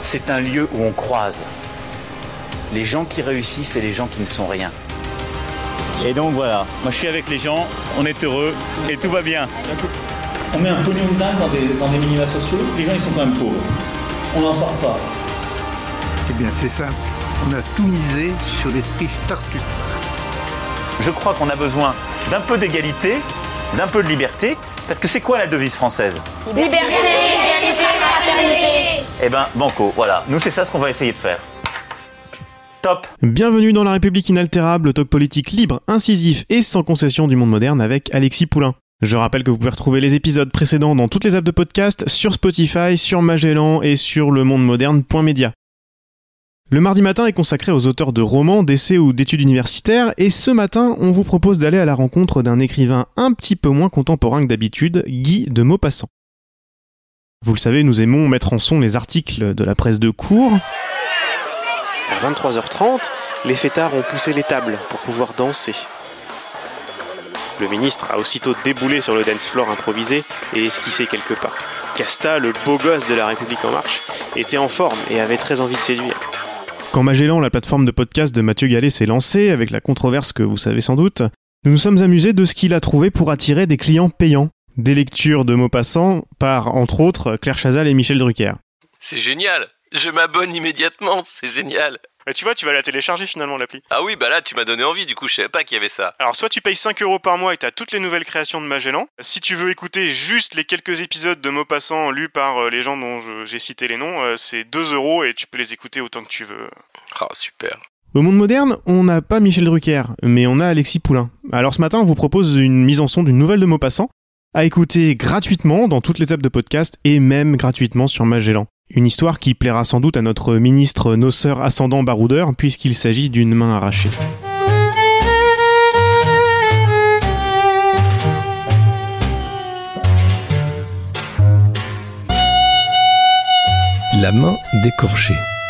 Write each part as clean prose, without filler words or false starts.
c'est un lieu où on croise les gens qui réussissent et les gens qui ne sont rien. Et donc voilà, moi je suis avec les gens, on est heureux et tout va bien. On met un pognon de dingue dans des minima sociaux, les gens ils sont quand même pauvres. On n'en sort pas. Eh bien c'est simple, on a tout misé sur l'esprit start-up. Je crois qu'on a besoin d'un peu d'égalité, d'un peu de liberté, parce que c'est quoi la devise française ? Liberté, égalité, fraternité. Eh ben banco, voilà, nous c'est ça ce qu'on va essayer de faire. Top. Bienvenue dans La République inaltérable, le talk politique libre, incisif et sans concession du monde moderne avec Alexis Poulain. Je rappelle que vous pouvez retrouver les épisodes précédents dans toutes les apps de podcast, sur Spotify, sur Magellan et sur lemondemoderne.media. Le mardi matin est consacré aux auteurs de romans, d'essais ou d'études universitaires, et ce matin, on vous propose d'aller à la rencontre d'un écrivain un petit peu moins contemporain que d'habitude, Guy de Maupassant. Vous le savez, nous aimons mettre en son les articles de la presse de cour. À 23h30, les fêtards ont poussé les tables pour pouvoir danser. Le ministre a aussitôt déboulé sur le dance floor improvisé et esquissé quelques pas. Casta, le beau gosse de La République En Marche, était en forme et avait très envie de séduire. Quand Magellan, la plateforme de podcast de Mathieu Gallet, s'est lancée, avec la controverse que vous savez sans doute, nous nous sommes amusés de ce qu'il a trouvé pour attirer des clients payants. Des lectures de Maupassant par, entre autres, Claire Chazal et Michel Drucker. C'est génial, je m'abonne immédiatement, c'est génial. Mais tu vois, tu vas la télécharger finalement l'appli. Ah oui, bah là tu m'as donné envie, du coup je savais pas qu'il y avait ça. Alors soit tu payes 5€ par mois et t'as toutes les nouvelles créations de Magellan. Si tu veux écouter juste les quelques épisodes de Maupassant lus par les gens dont j'ai cité les noms, c'est 2€ et tu peux les écouter autant que tu veux. Ah super. Au monde moderne, on n'a pas Michel Drucker, mais on a Alexis Poulain. Alors ce matin, on vous propose une mise en son d'une nouvelle de Maupassant, à écouter gratuitement dans toutes les apps de podcast et même gratuitement sur Magellan. Une histoire qui plaira sans doute à notre ministre noceur ascendant baroudeur puisqu'il s'agit d'une main arrachée. La main décorchée.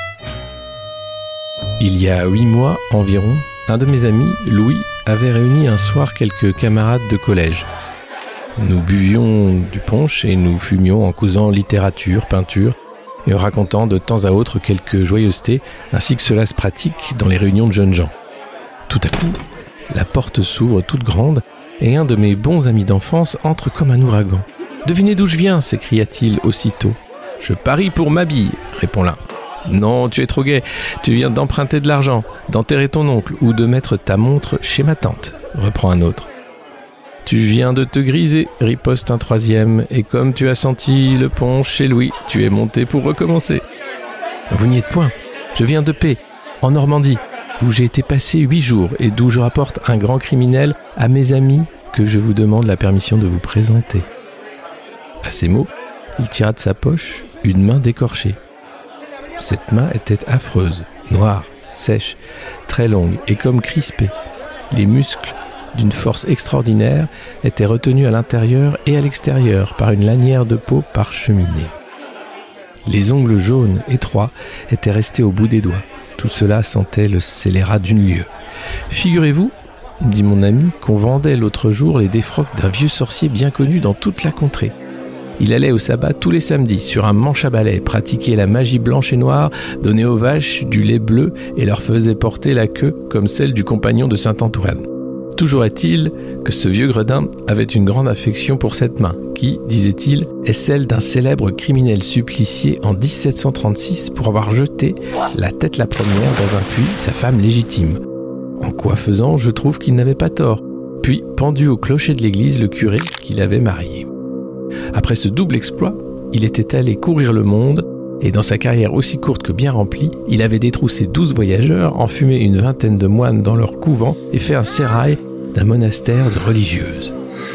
Il y a 8 mois environ, un de mes amis, Louis, avait réuni un soir quelques camarades de collège. Nous buvions du punch et nous fumions en causant littérature, peinture, et en racontant de temps à autre quelques joyeusetés, ainsi que cela se pratique dans les réunions de jeunes gens. Tout à coup, la porte s'ouvre toute grande, et un de mes bons amis d'enfance entre comme un ouragan. « Devinez d'où je viens » s'écria-t-il aussitôt. « Je parie pour ma bille » répond l'un. « Non, tu es trop gai, tu viens d'emprunter de l'argent, d'enterrer ton oncle ou de mettre ta montre chez ma tante » reprend un autre. « Tu viens de te griser » riposte un troisième, « et comme tu as senti le punch chez Louis, tu es monté pour recommencer. » Vous n'y êtes point, je viens de P, en Normandie, où j'ai été passé 8 jours et d'où je rapporte un grand criminel à mes amis que je vous demande la permission de vous présenter. À ces mots, il tira de sa poche une main décorchée. Cette main était affreuse, noire, sèche, très longue et comme crispée. Les muscles, d'une force extraordinaire, étaient retenus à l'intérieur et à l'extérieur par une lanière de peau parcheminée. Les ongles jaunes, étroits, étaient restés au bout des doigts. Tout cela sentait le scélérat d'une lieue. « Figurez-vous, dit mon ami, qu'on vendait l'autre jour les défroques d'un vieux sorcier bien connu dans toute la contrée. Il allait au sabbat tous les samedis sur un manche à balai, pratiquait la magie blanche et noire, donnait aux vaches du lait bleu et leur faisait porter la queue comme celle du compagnon de Saint-Antoine. Toujours est-il que ce vieux gredin avait une grande affection pour cette main, qui, disait-il, est celle d'un célèbre criminel supplicié en 1736 pour avoir jeté la tête la première dans un puits sa femme légitime. En quoi faisant, je trouve qu'il n'avait pas tort, puis pendu au clocher de l'église le curé qu'il avait marié. Après ce double exploit, il était allé courir le monde, et dans sa carrière aussi courte que bien remplie, il avait détroussé 12 voyageurs, enfumé une vingtaine de moines dans leur couvent et fait un sérail d'un monastère de religieuses.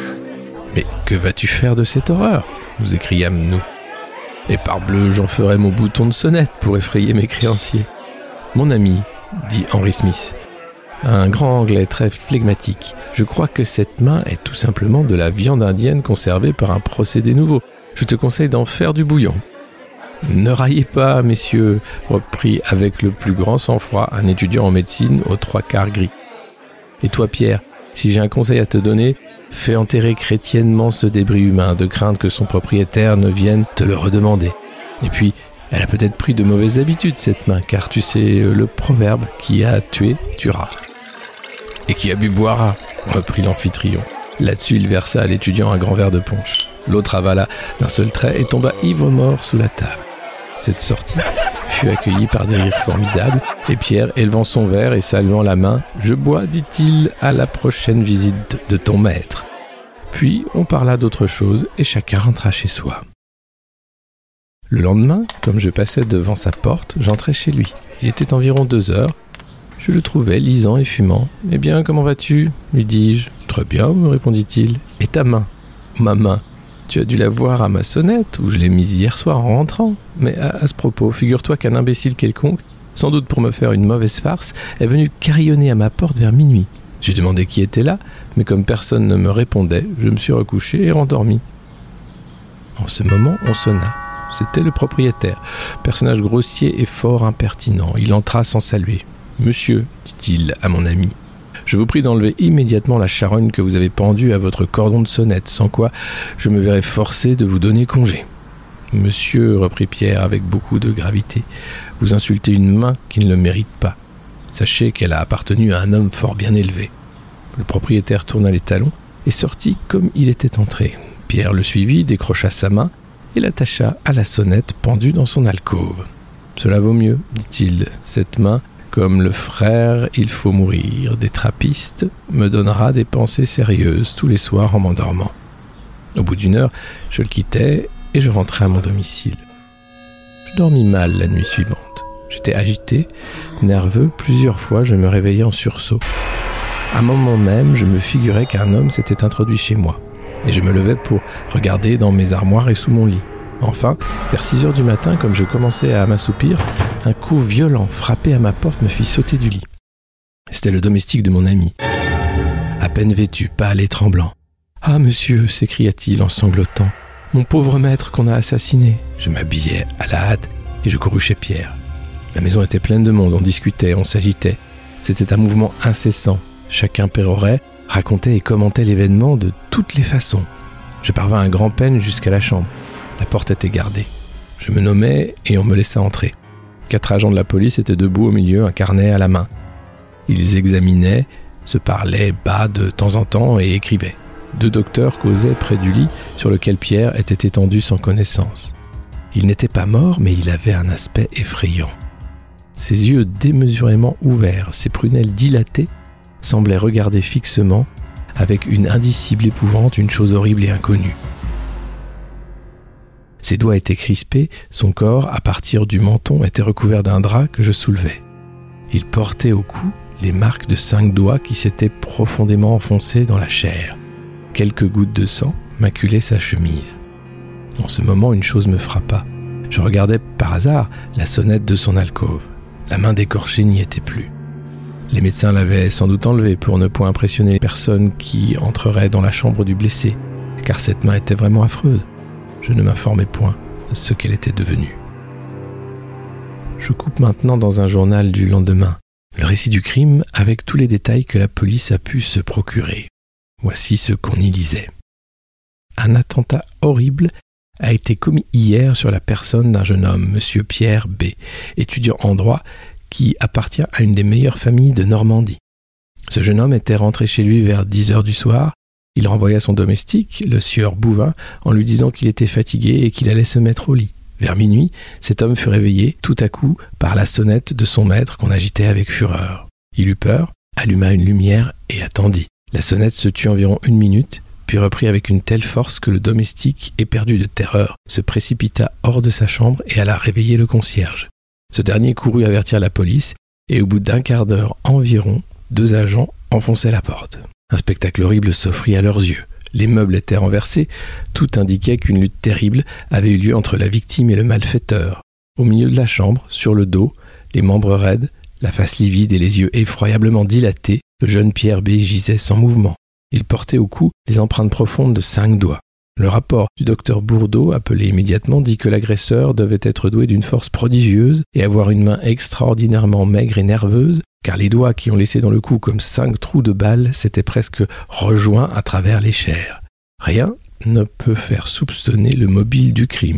« Mais que vas-tu faire de cette horreur ?» nous écriâmes-nous. « Et parbleu, j'en ferai mon bouton de sonnette pour effrayer mes créanciers. »« Mon ami, dit Henry Smith, un grand anglais très flegmatique, je crois que cette main est tout simplement de la viande indienne conservée par un procédé nouveau. Je te conseille d'en faire du bouillon. » « Ne raillez pas, messieurs, reprit avec le plus grand sang-froid un étudiant en médecine aux 3/4 gris. Et toi, Pierre, si j'ai un conseil à te donner, fais enterrer chrétiennement ce débris humain, de crainte que son propriétaire ne vienne te le redemander. Et puis, Elle a peut-être pris de mauvaises habitudes, cette main, car tu sais le proverbe « qui a tué, tuera ». Et qui a bu boira, reprit l'amphitryon. Là-dessus, il versa à l'étudiant un grand verre de punch. L'autre avala d'un seul trait et tomba ivre-mort sous la table. Cette sortie fut accueillie par des rires formidables, et Pierre, élevant son verre et saluant la main, « Je bois, dit-il, à la prochaine visite de ton maître. » Puis on parla d'autre chose et chacun rentra chez soi. Le lendemain, comme je passais devant sa porte, j'entrai chez lui. Il était environ 2 heures. Je le trouvais lisant et fumant. « Eh bien, comment vas-tu » lui dis-je. « Très bien, » me répondit-il. « Et ta main ?»« Ma main. Tu as dû la voir à ma sonnette, où je l'ai mise hier soir en rentrant. Mais à ce propos, figure-toi qu'un imbécile quelconque, sans doute pour me faire une mauvaise farce, est venu carillonner à ma porte vers minuit. J'ai demandé qui était là, mais comme personne ne me répondait, je me suis recouché et rendormi. En ce moment, on sonna. C'était le propriétaire, personnage grossier et fort impertinent. Il entra sans saluer. « Monsieur, dit-il à mon ami, je vous prie d'enlever immédiatement la charogne que vous avez pendue à votre cordon de sonnette, sans quoi je me verrai forcé de vous donner congé. » « Monsieur, reprit Pierre avec beaucoup de gravité, vous insultez une main qui ne le mérite pas. Sachez qu'elle a appartenu à un homme fort bien élevé. » Le propriétaire tourna les talons et sortit comme il était entré. Pierre le suivit, décrocha sa main et l'attacha à la sonnette pendue dans son alcôve. « Cela vaut mieux, dit-il, cette main, comme le frère il faut mourir des trappistes, me donnera des pensées sérieuses tous les soirs en m'endormant. » Au bout d'1 heure, je le quittai et je rentrai à mon domicile. Je dormis mal la nuit suivante. J'étais agité, nerveux, plusieurs fois je me réveillais en sursaut. À un moment même, je me figurais qu'un homme s'était introduit chez moi, et je me levais pour regarder dans mes armoires et sous mon lit. Enfin, vers 6 heures du matin, comme je commençais à m'assoupir, un coup violent frappé à ma porte me fit sauter du lit. C'était le domestique de mon ami. À peine vêtu, pâle et tremblant. « Ah, monsieur !» s'écria-t-il en sanglotant. « Mon pauvre maître qu'on a assassiné !» Je m'habillai à la hâte et je courus chez Pierre. La maison était pleine de monde, on discutait, on s'agitait. C'était un mouvement incessant. Chacun pérorait, racontait et commentait l'événement de toutes les façons. Je parvins à grand-peine jusqu'à la chambre. La porte était gardée. Je me nommai et on me laissa entrer. 4 agents de la police étaient debout au milieu, un carnet à la main. Ils examinaient, se parlaient bas de temps en temps et écrivaient. 2 docteurs causaient près du lit sur lequel Pierre était étendu sans connaissance. Il n'était pas mort, mais il avait un aspect effrayant. Ses yeux démesurément ouverts, ses prunelles dilatées, semblaient regarder fixement, avec une indicible épouvante, une chose horrible et inconnue. Ses doigts étaient crispés, son corps, à partir du menton, était recouvert d'un drap que je soulevais. Il portait au cou les marques de 5 doigts qui s'étaient profondément enfoncés dans la chair. Quelques gouttes de sang maculaient sa chemise. En ce moment, une chose me frappa. Je regardais par hasard la sonnette de son alcôve. La main d'écorché n'y était plus. Les médecins l'avaient sans doute enlevée pour ne point impressionner les personnes qui entreraient dans la chambre du blessé, car cette main était vraiment affreuse. Je ne m'informais point de ce qu'elle était devenue. Je coupe maintenant dans un journal du lendemain le récit du crime avec tous les détails que la police a pu se procurer. Voici ce qu'on y lisait. Un attentat horrible a été commis hier sur la personne d'un jeune homme, M. Pierre B., étudiant en droit, qui appartient à une des meilleures familles de Normandie. Ce jeune homme était rentré chez lui vers 10 heures du soir. Il renvoya son domestique, le sieur Bouvin, en lui disant qu'il était fatigué et qu'il allait se mettre au lit. Vers minuit, cet homme fut réveillé tout à coup par la sonnette de son maître qu'on agitait avec fureur. Il eut peur, alluma une lumière et attendit. La sonnette se tut environ 1 minute, puis reprit avec une telle force que le domestique, éperdu de terreur, se précipita hors de sa chambre et alla réveiller le concierge. Ce dernier courut avertir la police, et au bout d'1 quart d'heure environ, 2 agents enfonçaient la porte. Un spectacle horrible s'offrit à leurs yeux. Les meubles étaient renversés, tout indiquait qu'une lutte terrible avait eu lieu entre la victime et le malfaiteur. Au milieu de la chambre, sur le dos, les membres raides, la face livide et les yeux effroyablement dilatés, le jeune Pierre B. gisait sans mouvement. Il portait au cou les empreintes profondes de 5 doigts. Le rapport du docteur Bourdeau, appelé immédiatement, dit que l'agresseur devait être doué d'une force prodigieuse et avoir une main extraordinairement maigre et nerveuse, car les doigts qui ont laissé dans le cou comme 5 trous de balles s'étaient presque rejoints à travers les chairs. Rien ne peut faire soupçonner le mobile du crime,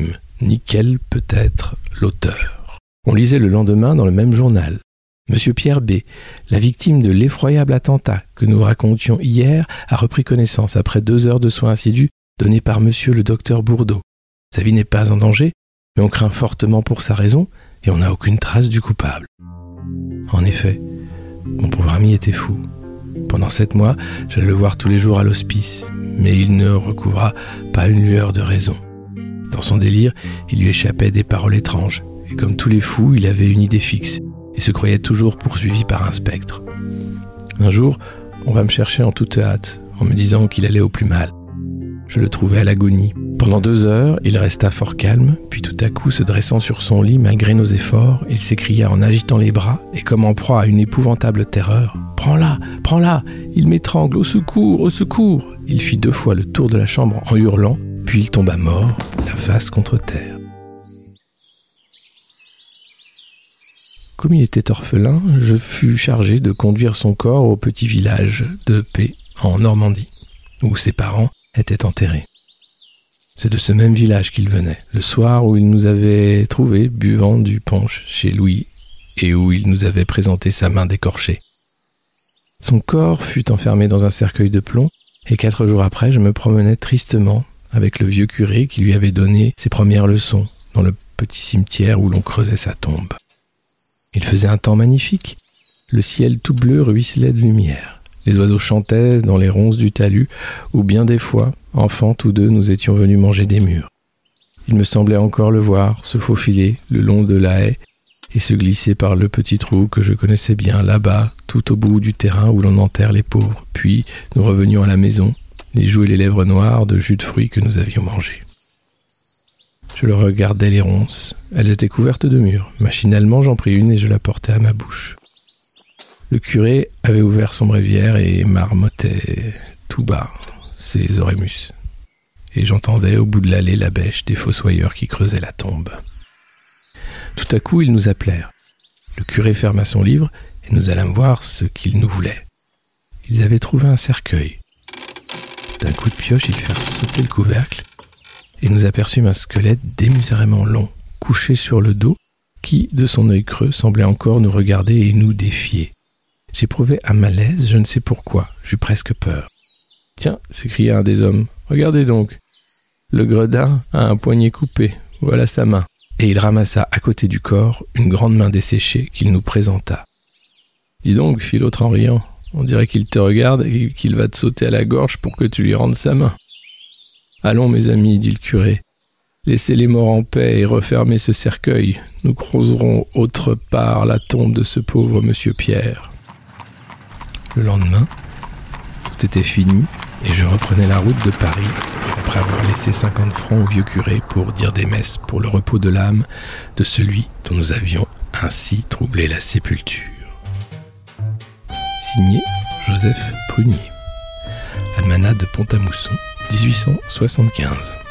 ni quel peut être l'auteur. On lisait le lendemain dans le même journal. Monsieur Pierre B., la victime de l'effroyable attentat que nous racontions hier, a repris connaissance après 2 heures de soins assidus donnés par monsieur le docteur Bourdeau. Sa vie n'est pas en danger, mais on craint fortement pour sa raison et on n'a aucune trace du coupable. En effet, mon pauvre ami était fou. Pendant 7 mois, j'allais le voir tous les jours à l'hospice, mais il ne recouvra pas une lueur de raison. Dans son délire, il lui échappait des paroles étranges, et comme tous les fous, il avait une idée fixe, et se croyait toujours poursuivi par un spectre. Un jour, on va me chercher en toute hâte, en me disant qu'il allait au plus mal. Je le trouvais à l'agonie. Pendant 2 heures, il resta fort calme, puis tout à coup, se dressant sur son lit, malgré nos efforts, il s'écria en agitant les bras, et comme en proie à une épouvantable terreur, « Prends-la, prends-la, il m'étrangle, au secours, au secours !» Il fit 2 fois le tour de la chambre en hurlant, puis il tomba mort, la face contre terre. Comme il était orphelin, je fus chargé de conduire son corps au petit village de P, en Normandie, où ses parents étaient enterrés. C'est de ce même village qu'il venait, le soir où il nous avait trouvés buvant du punch chez Louis et où il nous avait présenté sa main décorchée. Son corps fut enfermé dans un cercueil de plomb et 4 jours après, je me promenais tristement avec le vieux curé qui lui avait donné ses premières leçons dans le petit cimetière où l'on creusait sa tombe. Il faisait un temps magnifique. Le ciel tout bleu ruisselait de lumière. Les oiseaux chantaient dans les ronces du talus, où bien des fois, enfants tous deux, nous étions venus manger des mûres. Il me semblait encore le voir se faufiler le long de la haie et se glisser par le petit trou que je connaissais bien, là-bas, tout au bout du terrain où l'on enterre les pauvres. Puis nous revenions à la maison, les joues et les lèvres noires de jus de fruits que nous avions mangés. Je le regardais les ronces. Elles étaient couvertes de mûres. Machinalement, j'en pris une et je la portai à ma bouche. Le curé avait ouvert son bréviaire et marmottait tout bas ses orémus. Et j'entendais au bout de l'allée la bêche des fossoyeurs qui creusaient la tombe. Tout à coup, ils nous appelèrent. Le curé ferma son livre et nous allâmes voir ce qu'ils nous voulaient. Ils avaient trouvé un cercueil. D'un coup de pioche, ils firent sauter le couvercle et nous aperçûmes un squelette démesurément long, couché sur le dos, qui, de son œil creux, semblait encore nous regarder et nous défier. J'éprouvais un malaise, je ne sais pourquoi, j'eus presque peur. « Tiens !» s'écria un des hommes, « regardez donc, le gredin a un poignet coupé, voilà sa main. » Et il ramassa à côté du corps une grande main desséchée qu'il nous présenta. « Dis donc, fit l'autre en riant, on dirait qu'il te regarde et qu'il va te sauter à la gorge pour que tu lui rendes sa main. » « Allons, mes amis, dit le curé, laissez les morts en paix et refermez ce cercueil. Nous creuserons autre part la tombe de ce pauvre monsieur Pierre. » Le lendemain, tout était fini et je reprenais la route de Paris après avoir laissé 50 francs au vieux curé pour dire des messes pour le repos de l'âme de celui dont nous avions ainsi troublé la sépulture. Signé Joseph Prunier. Almanach de Pont-à-Mousson, 1875.